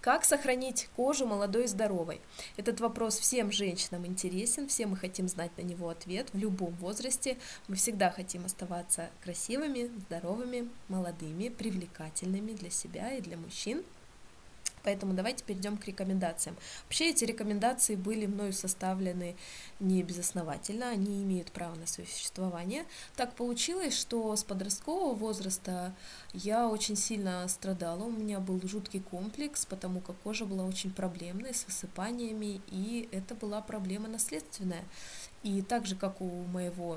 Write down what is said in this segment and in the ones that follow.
Как сохранить кожу молодой и здоровой? Этот вопрос всем женщинам интересен, все мы хотим знать на него ответ в любом возрасте. Мы всегда хотим оставаться красивыми, здоровыми, молодыми, привлекательными для себя и для мужчин. Поэтому давайте перейдем к рекомендациям. Вообще эти рекомендации были мною составлены не безосновательно, они имеют право на свое существование. Так получилось, что с подросткового возраста я очень сильно страдала, у меня был жуткий комплекс, потому как кожа была очень проблемной, с высыпаниями, и это была проблема наследственная. И так же, как у моего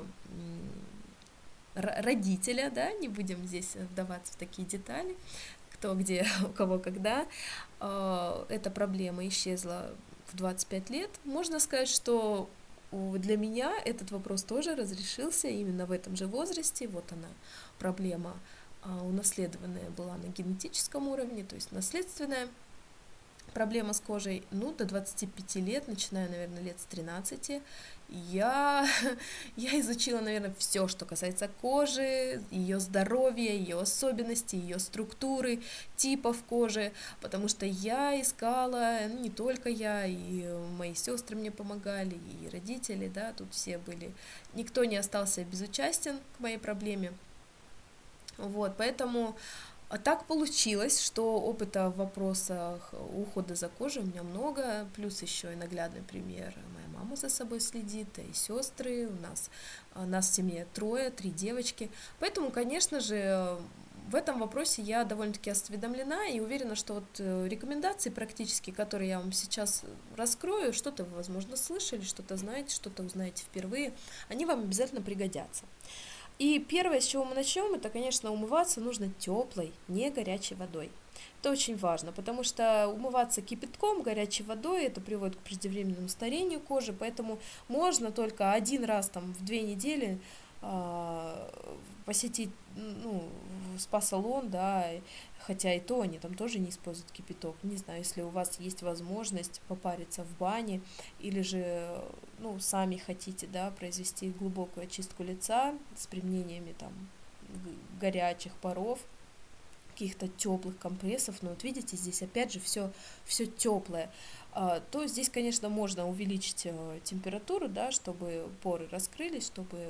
родителя, да, не будем здесь вдаваться в такие детали, кто где, у кого когда, эта проблема исчезла в 25 лет. Можно сказать, что для меня этот вопрос тоже разрешился именно в этом же возрасте. Вот она, проблема унаследованная была на генетическом уровне, то есть наследственная проблема с кожей. До 25 лет, начиная, наверное, лет с 13, я изучила, наверное, все, что касается кожи, ее здоровья, ее особенностей, ее структуры, типов кожи, потому что я искала, не только я, и мои сестры мне помогали, и родители, да, тут все были, никто не остался безучастен к моей проблеме. Вот, поэтому так получилось, что опыта в вопросах ухода за кожей у меня много, плюс еще и наглядный пример. Моя мама за собой следит, и сестры, нас в семье 3 девочки. Поэтому, конечно же, в этом вопросе я довольно-таки осведомлена и уверена, что вот рекомендации практически, которые я вам сейчас раскрою, что-то вы, возможно, слышали, что-то знаете, что-то узнаете впервые, они вам обязательно пригодятся. И первое, с чего мы начнем, это, конечно, умываться нужно теплой, не горячей водой. Это очень важно, потому что умываться кипятком, горячей водой, это приводит к преждевременному старению кожи, поэтому можно только один раз в 2 недели посетить спа-салон, да, хотя и то они там тоже не используют кипяток. Не знаю, если у вас есть возможность попариться в бане или же сами хотите, да, произвести глубокую очистку лица с применениями горячих паров, каких-то теплых компрессов, но вот видите, здесь опять же все теплое, то здесь, конечно, можно увеличить температуру, да, чтобы поры раскрылись, чтобы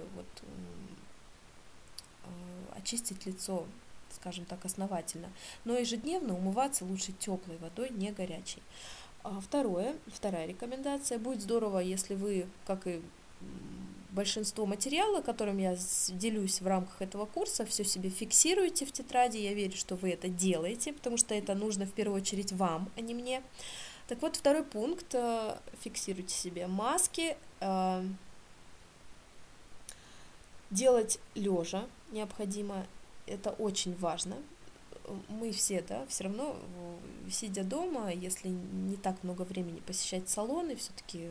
очистить лицо, скажем так, основательно. Но ежедневно умываться лучше теплой водой, не горячей. Вторая рекомендация. Будет здорово, если вы, как и большинство материала, которым я делюсь в рамках этого курса, все себе фиксируете в тетради. Я верю, что вы это делаете, потому что это нужно в первую очередь вам, а не мне. Так вот, второй пункт. Фиксируйте себе маски. Делать лежа необходимо. Это очень важно. Мы все, да, все равно, сидя дома, если не так много времени посещать салоны, все-таки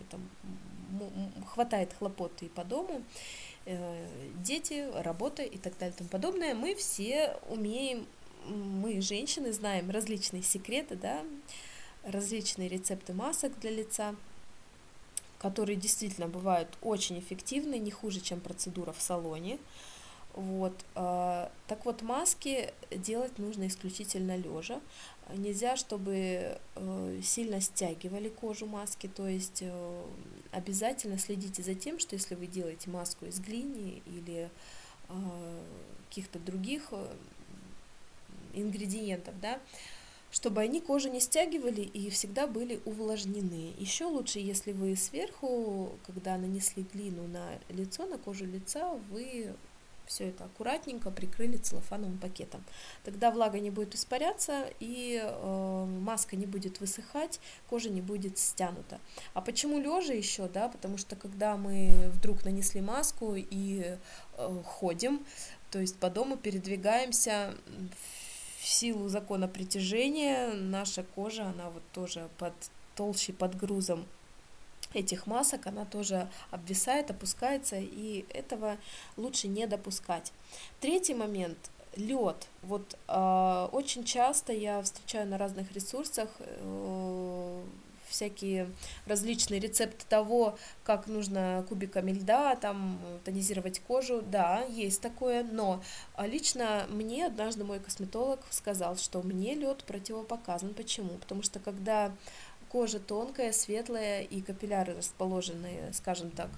хватает хлопот и по дому, дети, работа и так далее и тому подобное, мы все умеем, мы, женщины, знаем различные секреты, да, различные рецепты масок для лица, которые действительно бывают очень эффективны, не хуже, чем процедура в салоне. Вот. Так вот, маски делать нужно исключительно лежа. Нельзя, чтобы сильно стягивали кожу маски, то есть обязательно следите за тем, что если вы делаете маску из глины или каких-то других ингредиентов, да, чтобы они кожу не стягивали и всегда были увлажнены. Еще лучше, если вы сверху, когда нанесли глину на лицо, на кожу лица, вы все это аккуратненько прикрыли целлофановым пакетом. Тогда влага не будет испаряться и маска не будет высыхать, кожа не будет стянута. А почему лежа еще? Да? Потому что когда мы вдруг нанесли маску и ходим, то есть по дому передвигаемся, в силу закона притяжения наша кожа, она вот тоже толще под грузом этих масок, она тоже обвисает, опускается, и этого лучше не допускать. Третий момент – лед. Очень часто я встречаю на разных ресурсах всякие различные рецепты того, как нужно кубиками льда там тонизировать кожу. Да, есть такое, но лично мне однажды мой косметолог сказал, что мне лед противопоказан. Почему? Потому что когда кожа тонкая, светлая и капилляры расположены, скажем так,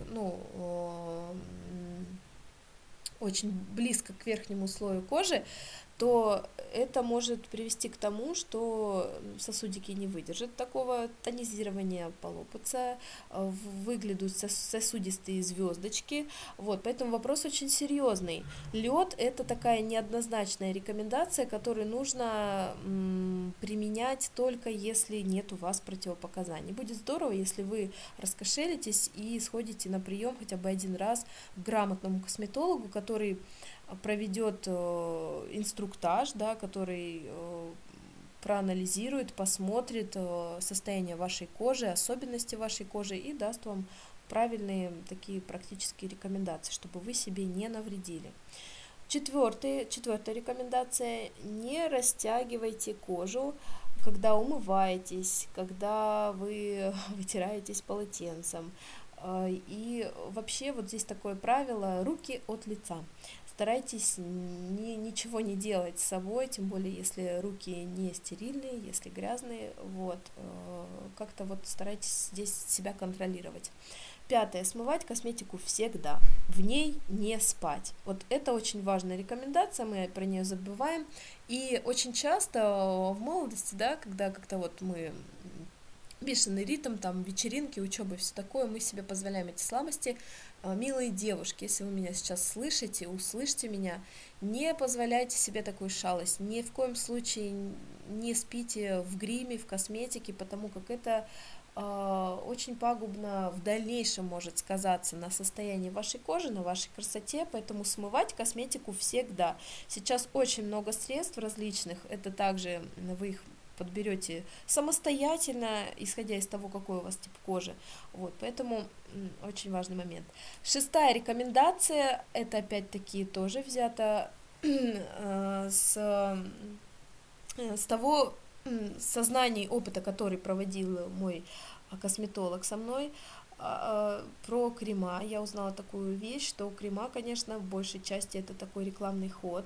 очень близко к верхнему слою кожи, то это может привести к тому, что сосудики не выдержат такого тонизирования, полопаются, выглядят сосудистые звездочки. Вот, поэтому вопрос очень серьезный. Лед — это такая неоднозначная рекомендация, которую нужно применять только если нет у вас противопоказаний. Будет здорово, если вы раскошелитесь и сходите на прием хотя бы один раз к грамотному косметологу, который проведет инструктаж, да, который проанализирует, посмотрит состояние вашей кожи, особенности вашей кожи и даст вам правильные такие практические рекомендации, чтобы вы себе не навредили. Четвертая рекомендация: не растягивайте кожу, когда умываетесь, когда вы вытираетесь полотенцем. И вообще вот здесь такое правило: руки от лица. Старайтесь ничего не делать с собой, тем более если руки не стерильные, если грязные, вот, как-то вот старайтесь здесь себя контролировать. Пятое: смывать косметику всегда, в ней не спать. Вот это очень важная рекомендация, мы про нее забываем, и очень часто в молодости, да, когда как-то вот мы бешеный ритм, там, вечеринки, учеба и все такое, мы себе позволяем эти слабости. Милые девушки, если вы меня сейчас слышите, услышьте меня, не позволяйте себе такую шалость, ни в коем случае не спите в гриме, в косметике, потому как это очень пагубно в дальнейшем может сказаться на состоянии вашей кожи, на вашей красоте, поэтому смывать косметику всегда. Сейчас очень много средств различных, это также вы их подберете самостоятельно, исходя из того, какой у вас тип кожи. Вот, поэтому очень важный момент. Шестая рекомендация, это опять-таки тоже взято с того сознания, опыта, который проводил мой косметолог со мной, про крема. Я узнала такую вещь, что крема, конечно, в большей части это такой рекламный ход.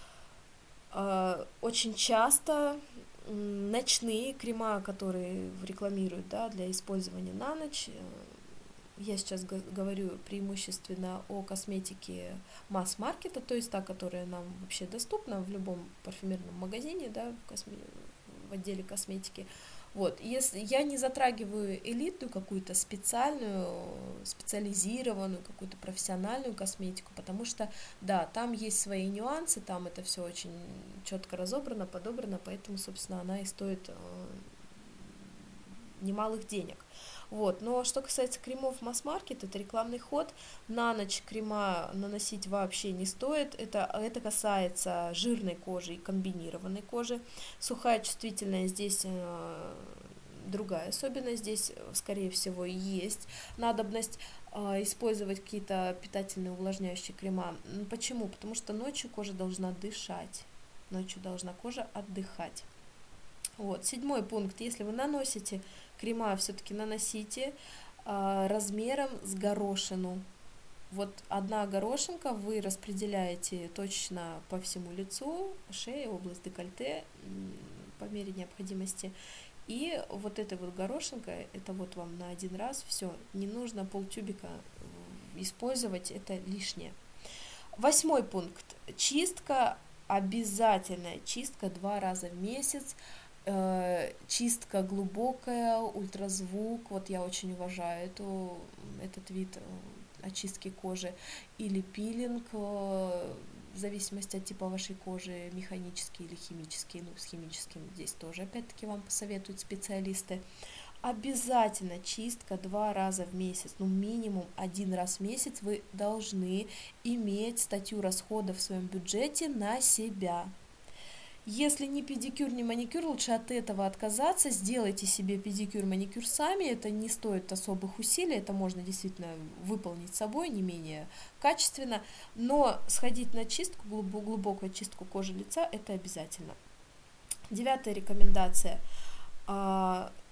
Очень часто ночные крема, которые рекламируют, да, для использования на ночь, я сейчас говорю преимущественно о косметике масс-маркета, то есть та, которая нам вообще доступна в любом парфюмерном магазине, да, в отделе косметики. Вот, если я не затрагиваю элитную какую-то специализированную, какую-то профессиональную косметику, потому что, да, там есть свои нюансы, там это все очень четко разобрано, подобрано, поэтому, собственно, она и стоит немалых денег. Вот. Но что касается кремов масс-маркет, это рекламный ход, на ночь крема наносить вообще не стоит, это касается жирной кожи и комбинированной кожи, сухая чувствительная здесь другая особенность, здесь, скорее всего, есть надобность использовать какие-то питательные увлажняющие крема. Почему? Потому что ночью кожа должна дышать, ночью должна кожа отдыхать. Вот. 7 пункт: если вы наносите крема, все-таки наносите размером с горошину. Вот одна горошинка вы распределяете точно по всему лицу, шее, область декольте по мере необходимости. И вот эта вот горошинка, это вот вам на один раз, все, не нужно полтюбика использовать, это лишнее. 8 пункт: чистка, обязательная чистка 2 раза в месяц. Чистка глубокая, ультразвук, вот я очень уважаю этот вид очистки кожи, или пилинг, в зависимости от типа вашей кожи, механический или химический, с химическим здесь тоже опять-таки вам посоветуют специалисты. Обязательно чистка 2 раза в месяц, минимум 1 раз в месяц вы должны иметь статью расходов в своем бюджете на себя. Если не педикюр, не маникюр, лучше от этого отказаться, сделайте себе педикюр, маникюр сами, это не стоит особых усилий, это можно действительно выполнить собой не менее качественно, но сходить на чистку, глубокую чистку кожи лица, это обязательно. 9 рекомендация: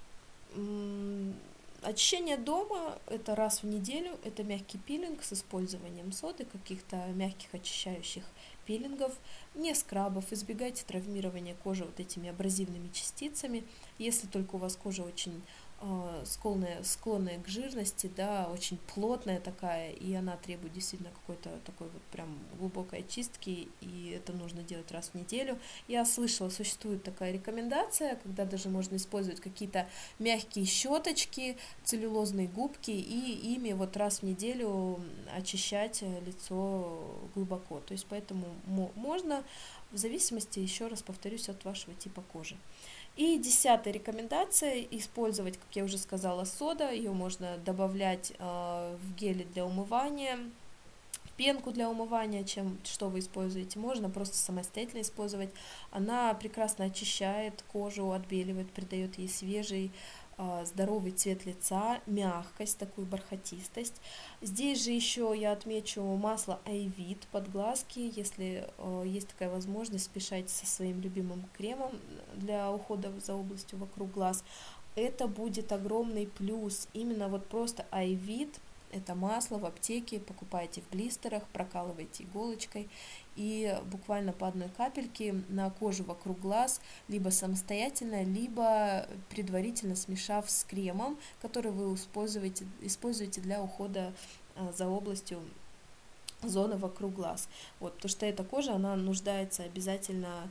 Очищение дома — это раз в неделю, это мягкий пилинг с использованием соды, каких-то мягких очищающих пилингов, не скрабов, избегайте травмирования кожи вот этими абразивными частицами, если только у вас кожа очень склонная к жирности, да, очень плотная такая, и она требует действительно какой-то такой вот прям глубокой очистки, и это нужно делать раз в неделю. Я слышала, существует такая рекомендация, когда даже можно использовать какие-то мягкие щеточки, целлюлозные губки, и ими вот раз в неделю очищать лицо глубоко. То есть поэтому можно, в зависимости, еще раз повторюсь, от вашего типа кожи. И 10-я рекомендация — использовать, как я уже сказала, сода. Ее можно добавлять в гели для умывания, в пенку для умывания, что вы используете. Можно просто самостоятельно использовать. Она прекрасно очищает кожу, отбеливает, придает ей свежий, здоровый цвет лица, мягкость, такую бархатистость. Здесь же еще я отмечу масло Айвит под глазки. Если есть такая возможность, спешайте со своим любимым кремом для ухода за областью вокруг глаз. Это будет огромный плюс. Именно вот просто Айвит, это масло в аптеке, покупаете в блистерах, прокалываете иголочкой и буквально по одной капельке на кожу вокруг глаз, либо самостоятельно, либо предварительно смешав с кремом, который вы используете для ухода за областью зоны вокруг глаз. Вот, потому что эта кожа, она нуждается обязательно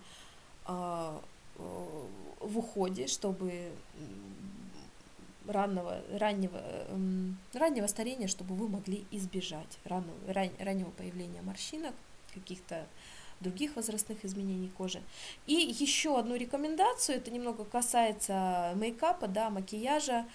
в уходе, чтобы раннего старения, чтобы вы могли избежать раннего появления морщинок, каких-то других возрастных изменений кожи. И еще одну рекомендацию, это немного касается мейкапа, да, макияжа.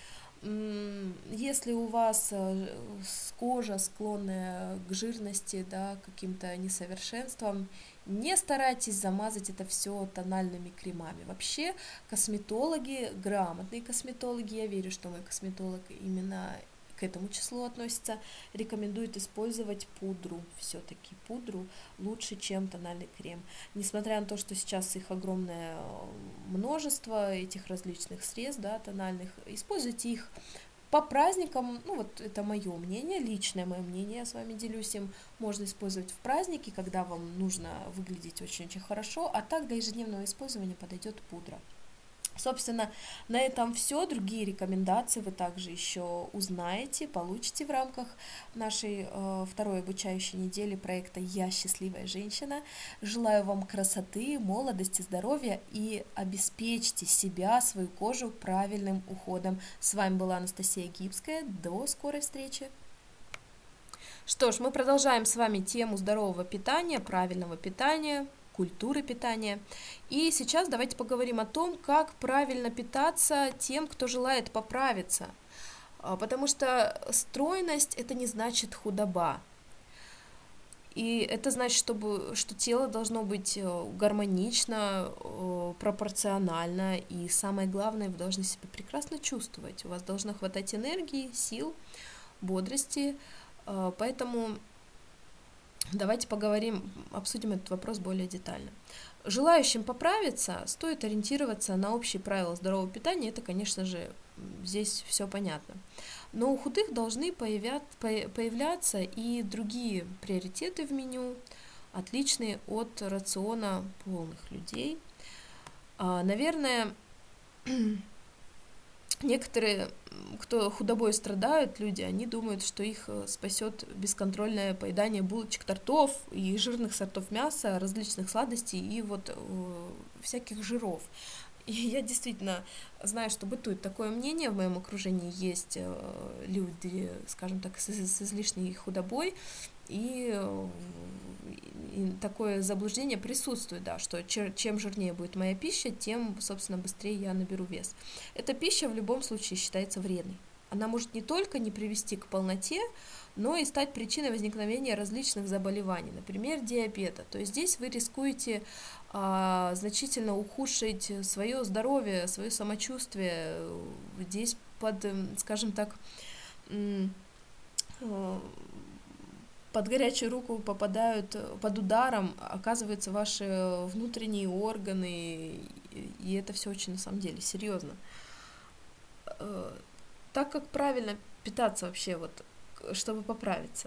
Если у вас кожа склонная к жирности, да, к каким-то несовершенствам, не старайтесь замазать это все тональными кремами. Вообще косметологи, грамотные косметологи, я верю, что мой косметолог именно к этому числу относится, рекомендует использовать пудру, все-таки пудру лучше, чем тональный крем. Несмотря на то, что сейчас их огромное множество, этих различных средств, да, тональных, используйте их по праздникам. Ну вот это мое мнение, личное мое мнение, я с вами делюсь им. Можно использовать в праздники, когда вам нужно выглядеть очень-очень хорошо, а так для ежедневного использования подойдет пудра. Собственно, на этом все. Другие рекомендации вы также еще узнаете, получите в рамках нашей второй обучающей недели проекта «Я счастливая женщина». Желаю вам красоты, молодости, здоровья и обеспечьте себя, свою кожу правильным уходом. С вами была Анастасия Гибская. До скорой встречи! Что ж, мы продолжаем с вами тему здорового питания, правильного питания, культуры питания. И сейчас давайте поговорим о том, как правильно питаться тем, кто желает поправиться. Потому что стройность — это не значит худоба. И это значит, что тело должно быть гармонично, пропорционально. И самое главное, вы должны себя прекрасно чувствовать. У вас должно хватать энергии, сил, бодрости. Поэтому давайте обсудим этот вопрос более детально. Желающим поправиться стоит ориентироваться на общие правила здорового питания, это, конечно же, здесь все понятно. Но у худых должны появляться и другие приоритеты в меню, отличные от рациона полных людей. Наверное, некоторые, кто худобой страдают, люди, они думают, что их спасет бесконтрольное поедание булочек, тортов и жирных сортов мяса, различных сладостей и вот всяких жиров. И я действительно знаю, что бытует такое мнение, в моем окружении есть люди, скажем так, с излишней худобой, и такое заблуждение присутствует, да, что чем жирнее будет моя пища, тем, собственно, быстрее я наберу вес. Эта пища в любом случае считается вредной. Она может не только не привести к полноте, но и стать причиной возникновения различных заболеваний, например, диабета. То есть здесь вы рискуете значительно ухудшить свое здоровье, свое самочувствие. Здесь скажем так, под горячую руку попадают, под ударом оказываются ваши внутренние органы, и это все очень на самом деле серьезно. так как правильно питаться вообще, вот, чтобы поправиться,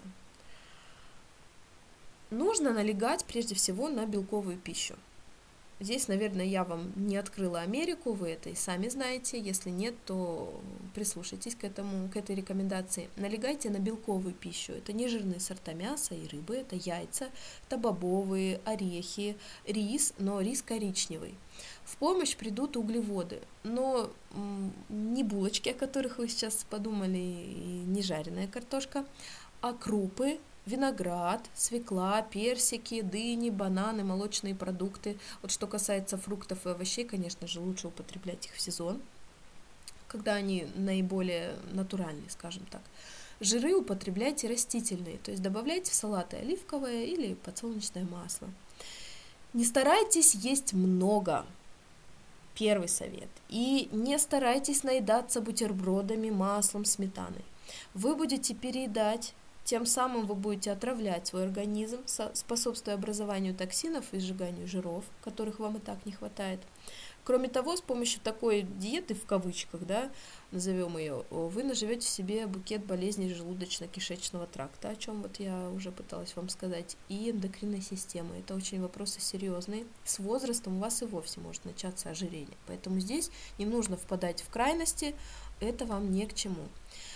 нужно налегать прежде всего на белковую пищу. Здесь, наверное, я вам не открыла Америку, вы это и сами знаете. Если нет, то прислушайтесь к этой рекомендации. Налегайте на белковую пищу. Это нежирные сорта мяса и рыбы, это яйца, это бобовые, орехи, рис, но рис коричневый. В помощь придут углеводы, но не булочки, о которых вы сейчас подумали, и не жареная картошка, а крупы, виноград, свекла, персики, дыни, бананы, молочные продукты. Вот что касается фруктов и овощей, конечно же, лучше употреблять их в сезон, когда они наиболее натуральные, скажем так. Жиры употребляйте растительные, то есть добавляйте в салаты оливковое или подсолнечное масло. Не старайтесь есть много. Первый совет. И не старайтесь наедаться бутербродами, маслом, сметаной. Вы будете переедать. Тем самым вы будете отравлять свой организм, способствуя образованию токсинов и сжиганию жиров, которых вам и так не хватает. Кроме того, с помощью такой диеты, в кавычках, да, назовем ее, вы наживете в себе букет болезней желудочно-кишечного тракта, о чем вот я уже пыталась вам сказать, и эндокринной системы. Это очень вопросы серьезные. С возрастом у вас и вовсе может начаться ожирение. Поэтому здесь не нужно впадать в крайности, это вам ни к чему.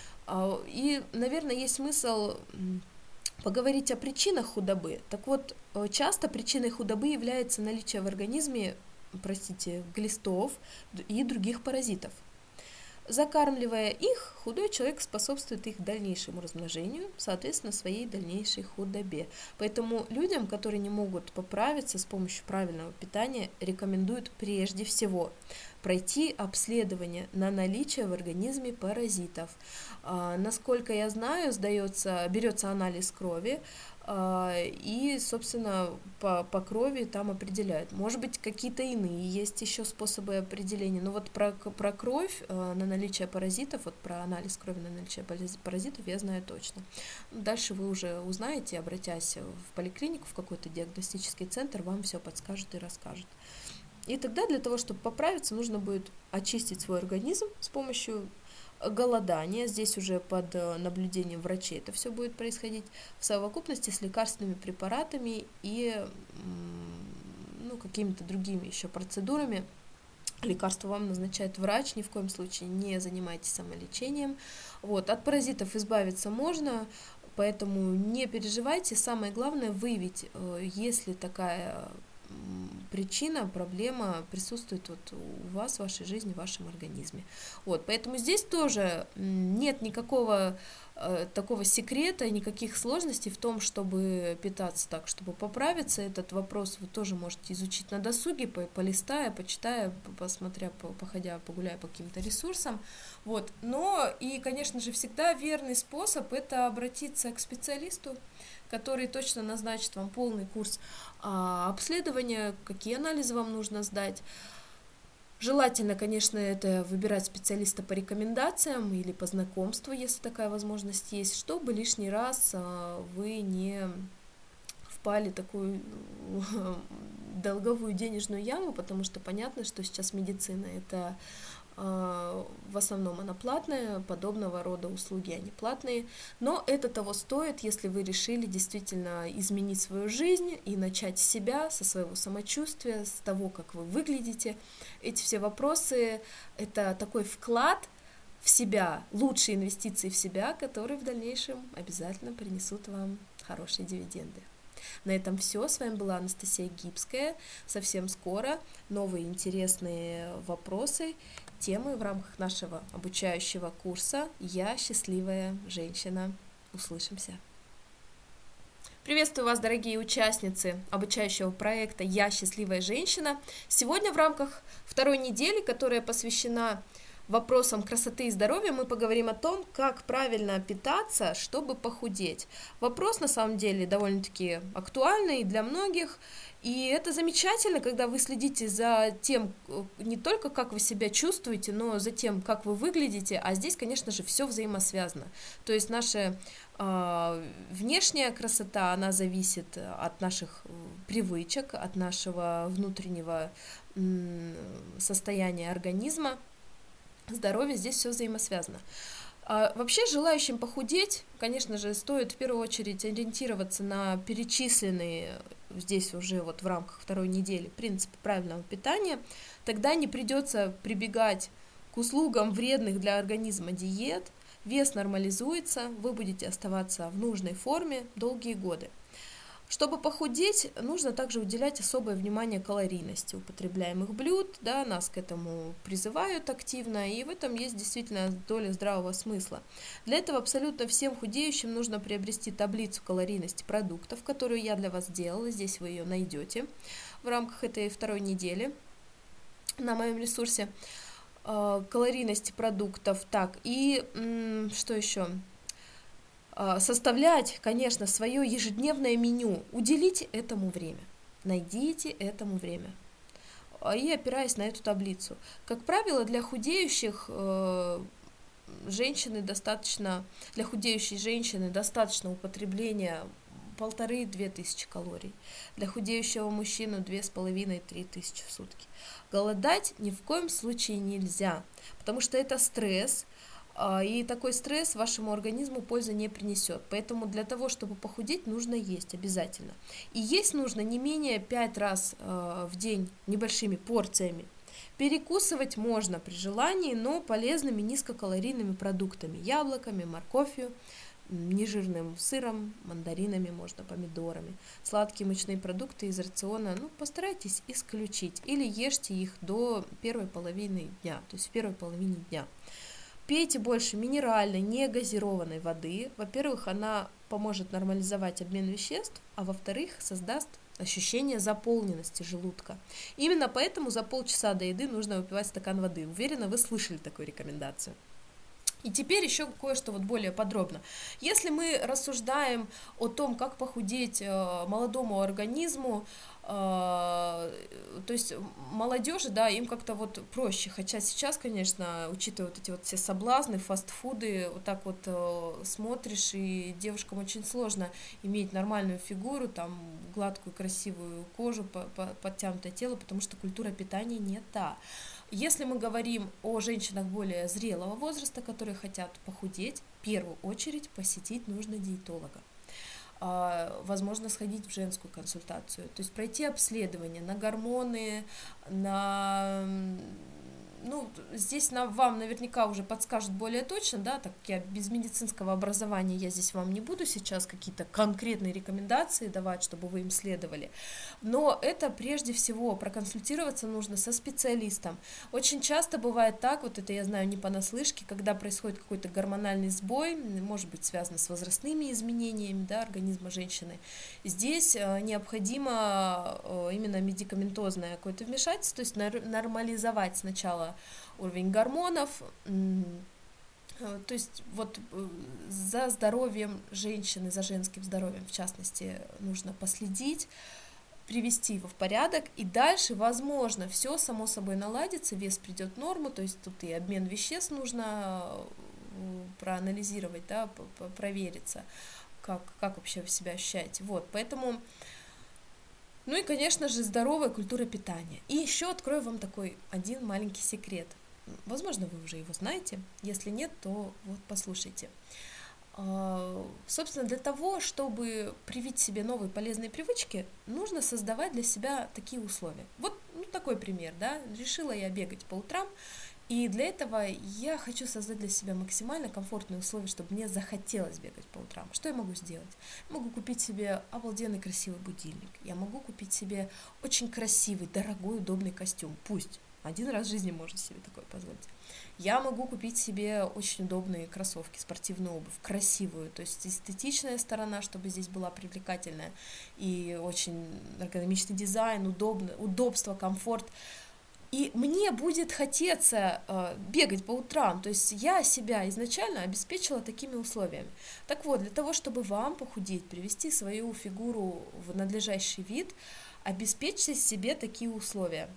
И, наверное, есть смысл поговорить о причинах худобы. Так вот, часто причиной худобы является наличие в организме, глистов и других паразитов. Закармливая их, худой человек способствует их дальнейшему размножению, соответственно, своей дальнейшей худобе. Поэтому людям, которые не могут поправиться с помощью правильного питания, рекомендуют прежде всего пройти обследование на наличие в организме паразитов. Насколько я знаю, берется анализ крови, и, собственно, по крови там определяют. Может быть, какие-то иные есть еще способы определения, но вот про кровь на наличие паразитов, вот про анализ крови на наличие паразитов я знаю точно. Дальше вы уже узнаете, обратясь в поликлинику, в какой-то диагностический центр, вам все подскажут и расскажут. И тогда для того, чтобы поправиться, нужно будет очистить свой организм с помощью голодания. Здесь уже под наблюдением врачей это все будет происходить в совокупности с лекарственными препаратами и какими-то другими еще процедурами. Лекарства вам назначает врач, ни в коем случае не занимайтесь самолечением. Вот. От паразитов избавиться можно, поэтому не переживайте. Самое главное выявить, если такая причина, проблема присутствует вот у вас, в вашей жизни, в вашем организме. Вот, поэтому здесь тоже нет никакого такого секрета, никаких сложностей в том, чтобы питаться так, чтобы поправиться. Этот вопрос вы тоже можете изучить на досуге, полистая, почитая, посмотря, походя, погуляя по каким-то ресурсам. Вот. Но и, конечно же, всегда верный способ – это обратиться к специалисту, который точно назначит вам полный курс обследования, какие анализы вам нужно сдать. Желательно, конечно, это выбирать специалиста по рекомендациям или по знакомству, если такая возможность есть, чтобы лишний раз вы не впали в такую долговую денежную яму, потому что понятно, что сейчас медицина это в основном она платная, подобного рода услуги они платные, но это того стоит, если вы решили действительно изменить свою жизнь и начать с себя, со своего самочувствия, с того, как вы выглядите. Эти все вопросы – это такой вклад в себя, лучшие инвестиции в себя, которые в дальнейшем обязательно принесут вам хорошие дивиденды. На этом все. С вами была Анастасия Гибская. Совсем скоро новые интересные вопросы, темы в рамках нашего обучающего курса «Я счастливая женщина». Услышимся. Приветствую вас, дорогие участницы обучающего проекта «Я счастливая женщина». Сегодня в рамках второй недели, которая посвящена вопросам красоты и здоровья, мы поговорим о том, как правильно питаться, чтобы похудеть. Вопрос, на самом деле, довольно-таки актуальный для многих, и это замечательно, когда вы следите за тем, не только как вы себя чувствуете, но за тем, как вы выглядите, а здесь, конечно же, все взаимосвязано. То есть наша внешняя красота, она зависит от наших привычек, от нашего внутреннего состояния организма. здоровья, здесь все взаимосвязано. Вообще желающим похудеть, конечно же, стоит в первую очередь ориентироваться на перечисленные здесь уже вот в рамках второй недели принципы правильного питания, тогда не придется прибегать к услугам вредных для организма диет, вес нормализуется, вы будете оставаться в нужной форме долгие годы. Чтобы похудеть, нужно также уделять особое внимание калорийности употребляемых блюд, да, нас к этому призывают активно, и в этом есть действительно доля здравого смысла. Для этого абсолютно всем худеющим нужно приобрести таблицу калорийности продуктов, которую я для вас сделала, здесь вы ее найдете в рамках этой второй недели на моем ресурсе. Калорийности продуктов, так, и что еще? Составлять, конечно, свое ежедневное меню, уделите этому время, найдите этому время и опираясь на эту таблицу. Как правило, для худеющих женщины для худеющей женщины достаточно употребления 1500-2000 калорий, для худеющего мужчины 2500-3000 в сутки. Голодать ни в коем случае нельзя, потому что это стресс, и такой стресс вашему организму пользы не принесет. Поэтому для того, чтобы похудеть, нужно есть обязательно. И есть нужно не менее 5 раз в день небольшими порциями. Перекусывать можно при желании, но полезными низкокалорийными продуктами. Яблоками, морковью, нежирным сыром, мандаринами, можно помидорами. Сладкие мучные продукты из рациона постарайтесь исключить. Или ешьте их до первой половины дня, то есть в первой половине дня. Пейте больше минеральной, не газированной воды. Во-первых, она поможет нормализовать обмен веществ, а во-вторых, создаст ощущение заполненности желудка. Именно поэтому за полчаса до еды нужно выпивать стакан воды. Уверена, вы слышали такую рекомендацию. И теперь еще кое-что более подробно. Если мы рассуждаем о том, как похудеть молодому организму, то есть молодежи, да, им как-то проще, хотя сейчас, конечно, учитывая эти все соблазны, фастфуды, так смотришь, и девушкам очень сложно иметь нормальную фигуру, там, гладкую, красивую кожу, подтянутое тело, потому что культура питания не та. Если мы говорим о женщинах более зрелого возраста, которые хотят похудеть, в первую очередь посетить нужно диетолога. Возможно, сходить в женскую консультацию, то есть пройти обследование на гормоны, здесь вам наверняка уже подскажут более точно, да, так как я без медицинского образования, я здесь вам не буду сейчас какие-то конкретные рекомендации давать, чтобы вы им следовали, но это прежде всего проконсультироваться нужно со специалистом. Очень часто бывает так, это я знаю не понаслышке, когда происходит какой-то гормональный сбой, может быть связано с возрастными изменениями, да, организма женщины, здесь необходимо именно медикаментозное какое-то вмешательство, то есть нормализовать сначала уровень гормонов, то есть за здоровьем женщины, за женским здоровьем в частности нужно последить, привести его в порядок, и дальше, возможно, все само собой наладится, вес придет в норму, то есть тут и обмен веществ нужно проанализировать, да, провериться, как вообще вы себя ощущаете. Поэтому, и, конечно же, здоровая культура питания. И еще открою вам такой один маленький секрет. Возможно, вы уже его знаете, если нет, то послушайте. Собственно, для того, чтобы привить себе новые полезные привычки, нужно создавать для себя такие условия. Такой пример, да, решила я бегать по утрам, и для этого я хочу создать для себя максимально комфортные условия, чтобы мне захотелось бегать по утрам. Что я могу сделать? Могу купить себе обалденный красивый будильник, я могу купить себе очень красивый, дорогой, удобный костюм, пусть один раз в жизни можно себе такое позволить. Я могу купить себе очень удобные кроссовки, спортивную обувь, красивую, то есть эстетичная сторона, чтобы здесь была привлекательная, и очень эргономичный дизайн, удобство, комфорт. И мне будет хотеться бегать по утрам, то есть я себя изначально обеспечила такими условиями. Так вот, для того, чтобы вам похудеть, привести свою фигуру в надлежащий вид, обеспечьте себе такие условия.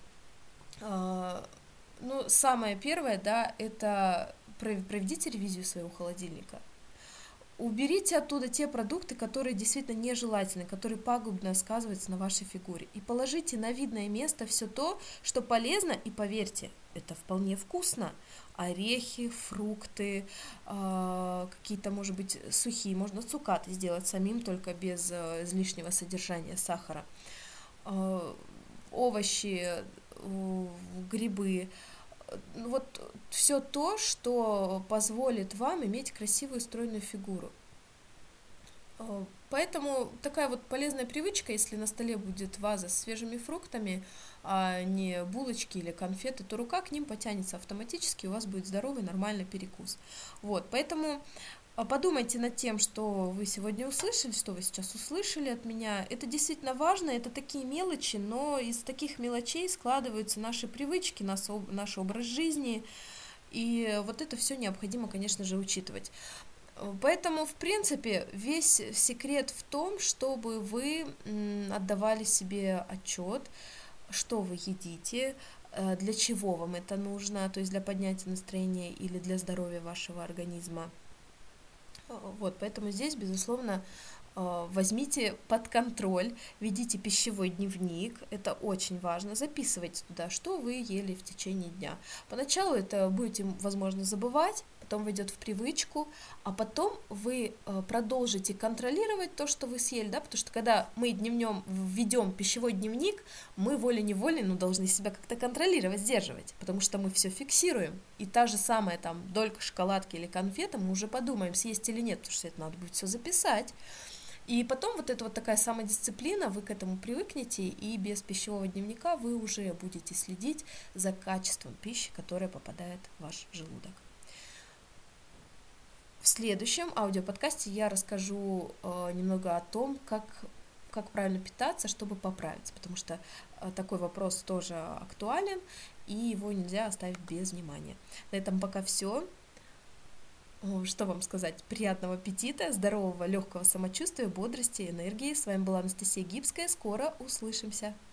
Самое первое, да, это проведите ревизию своего холодильника. Уберите оттуда те продукты, которые действительно нежелательны, которые пагубно сказываются на вашей фигуре. И положите на видное место все то, что полезно, и поверьте, это вполне вкусно. Орехи, фрукты, какие-то, может быть, сухие, можно цукаты сделать самим, только без излишнего содержания сахара. Овощи, грибы, вот все то, что позволит вам иметь красивую стройную фигуру. Поэтому такая вот полезная привычка, если на столе будет ваза с свежими фруктами, а не булочки или конфеты, то рука к ним потянется автоматически, у вас будет здоровый, нормальный перекус. Вот, поэтому подумайте над тем, что вы сегодня услышали, что вы сейчас услышали от меня. Это действительно важно, это такие мелочи, но из таких мелочей складываются наши привычки, наш образ жизни, и вот это все необходимо, конечно же, учитывать. Поэтому, в принципе, весь секрет в том, чтобы вы отдавали себе отчет, что вы едите, для чего вам это нужно, то есть для поднятия настроения или для здоровья вашего организма. Вот, поэтому здесь, безусловно, возьмите под контроль, ведите пищевой дневник, это очень важно, записывайте туда, что вы ели в течение дня. Поначалу это будете, возможно, забывать, потом войдет в привычку, а потом вы продолжите контролировать то, что вы съели, да, потому что когда мы дневнем введем пищевой дневник, мы волей-неволей, должны себя как-то контролировать, сдерживать, потому что мы все фиксируем, и та же самая там долька шоколадки или конфета, мы уже подумаем, съесть или нет, потому что это надо будет все записать. И потом вот эта вот такая самодисциплина, вы к этому привыкнете, и без пищевого дневника вы уже будете следить за качеством пищи, которая попадает в ваш желудок. В следующем аудиоподкасте я расскажу немного о том, как правильно питаться, чтобы поправиться, потому что такой вопрос тоже актуален, и его нельзя оставить без внимания. На этом пока все. Что вам сказать? Приятного аппетита, здорового, легкого самочувствия, бодрости, энергии. С вами была Анастасия Гибская. Скоро услышимся.